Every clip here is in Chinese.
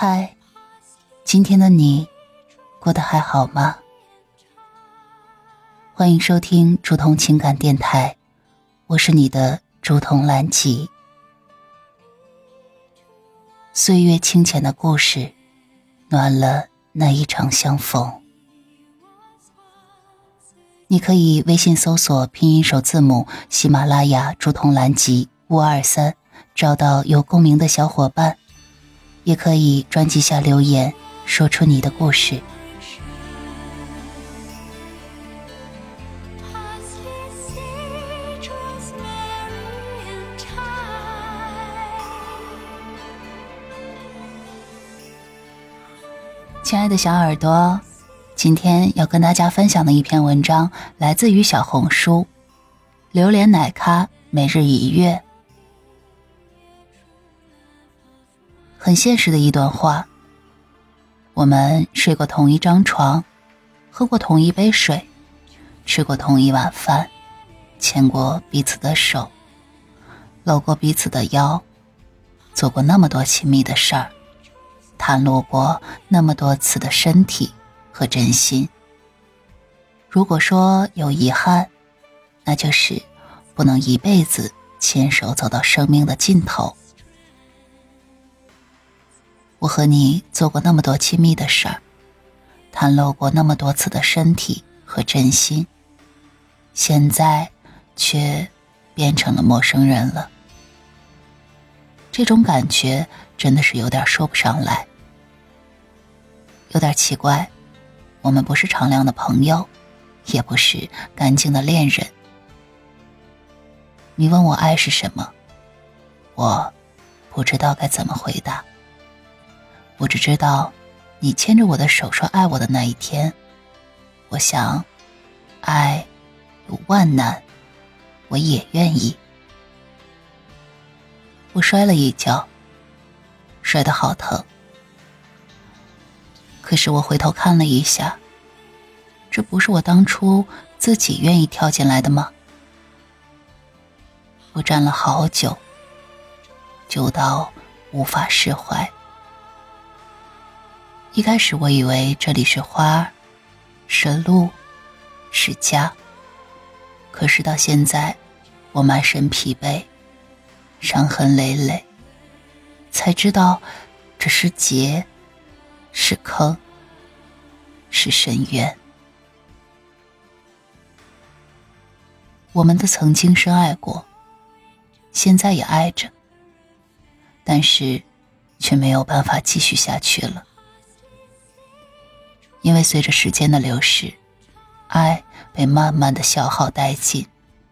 嗨，今天的你过得还好吗？欢迎收听竹筒情感电台，我是你的竹筒兰吉。岁月清浅的故事，暖了那一场相逢。你可以微信搜索拼音首字母喜马拉雅竹筒兰吉523，找到有共鸣的小伙伴，也可以专辑下留言，说出你的故事。亲爱的小耳朵，今天要跟大家分享的一篇文章来自于小红书榴莲奶咖每日一阅。很现实的一段话，我们睡过同一张床，喝过同一杯水，吃过同一碗饭，牵过彼此的手，搂过彼此的腰，做过那么多亲密的事儿，袒露过那么多次的身体和真心。如果说有遗憾，那就是不能一辈子牵手走到生命的尽头。我和你做过那么多亲密的事儿，袒露过那么多次的身体和真心，现在却变成了陌生人了。这种感觉真的是有点说不上来，有点奇怪，我们不是常亮的朋友，也不是干净的恋人。你问我爱是什么，我不知道该怎么回答。我只知道你牵着我的手说爱我的那一天，我想爱有万难，我也愿意。我摔了一跤，摔得好疼，可是我回头看了一下，这不是我当初自己愿意跳进来的吗？我站了好久，久到无法释怀。一开始我以为这里是花，是路，是家，可是到现在我满身疲惫，伤痕累累，才知道这是劫，是坑，是深渊。我们的曾经深爱过，现在也爱着，但是却没有办法继续下去了。因为随着时间的流逝，爱被慢慢的消耗殆尽。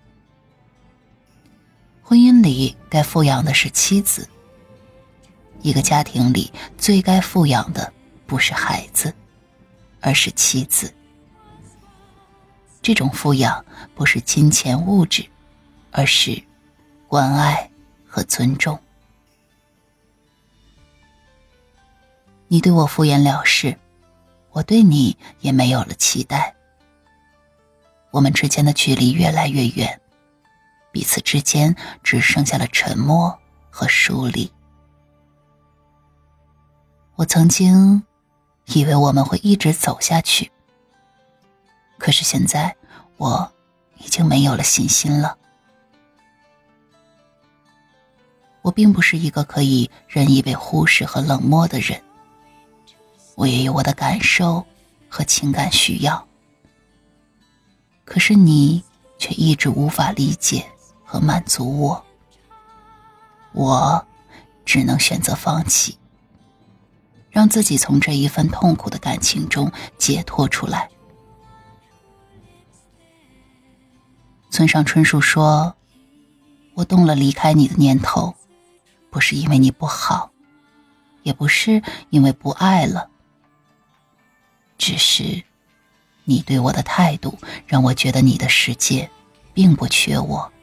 婚姻里该富养的是妻子，一个家庭里最该富养的不是孩子，而是妻子。这种富养不是金钱物质，而是关爱和尊重。你对我敷衍了事，我对你也没有了期待。我们之间的距离越来越远，彼此之间只剩下了沉默和疏离。我曾经以为我们会一直走下去，可是现在我已经没有了信心了。我并不是一个可以任意被忽视和冷漠的人，我也有我的感受和情感需要，可是你却一直无法理解和满足我，我只能选择放弃，让自己从这一份痛苦的感情中解脱出来。村上春树说，我动了离开你的念头，不是因为你不好，也不是因为不爱了，只是你对我的态度让我觉得你的世界并不缺我。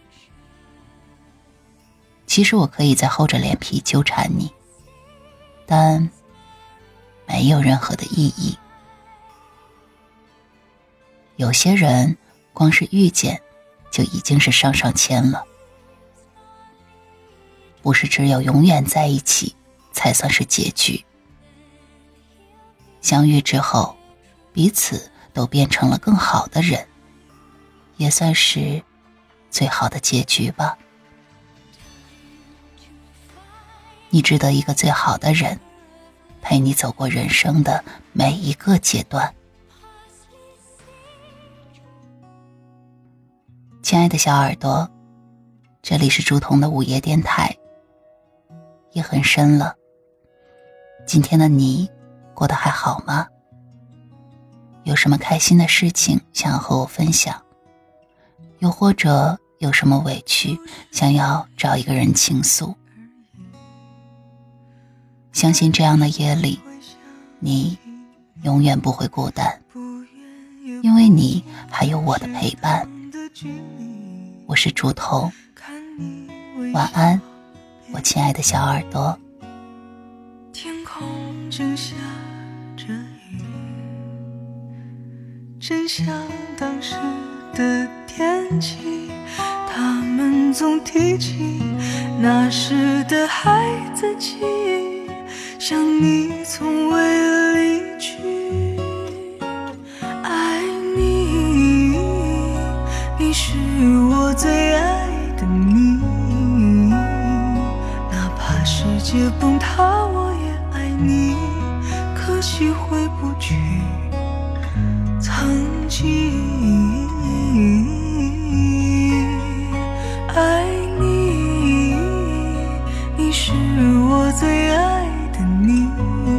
其实我可以再厚着脸皮纠缠你，但没有任何的意义。有些人光是遇见就已经是上上签了，不是只有永远在一起才算是结局， 相遇之后，彼此都变成了更好的人，也算是最好的结局吧。你值得一个最好的人，陪你走过人生的每一个阶段。亲爱的小耳朵，这里是竹筒的午夜电台。夜很深了，今天的你过得还好吗？有什么开心的事情想要和我分享？又或者有什么委屈想要找一个人倾诉？相信这样的夜里，你永远不会孤单，因为你还有我的陪伴。我是竹筒，晚安，我亲爱的小耳朵。 天空正下着雨，真像当时的天气，他们总提起那时的孩子气，想你从未离去。爱你，你是我最爱的你，哪怕世界崩塌我也爱你，可惜回不去曾经。爱你，你是我最爱的你，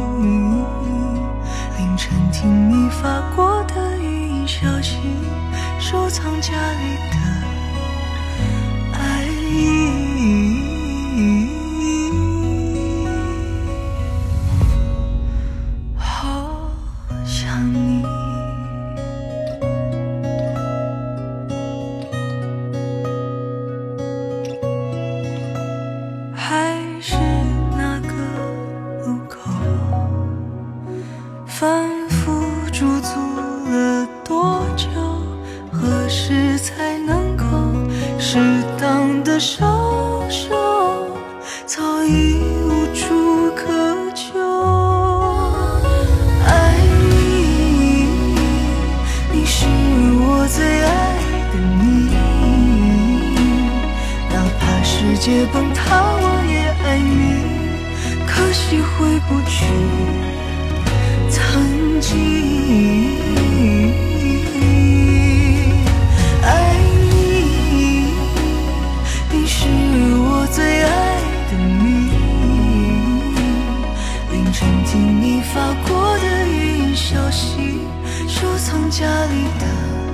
凌晨听你发过的语音消息，收藏家里的爱意。好想你。还是那个路口，反复驻足了多久？何时才能够适当的收手？早已无处可求。爱你，你是我最爱的你，哪怕世界崩塌我也爱你，可惜回不去曾经。爱你，你是我最爱的你，凌晨听你发过的语音消息，收藏家里的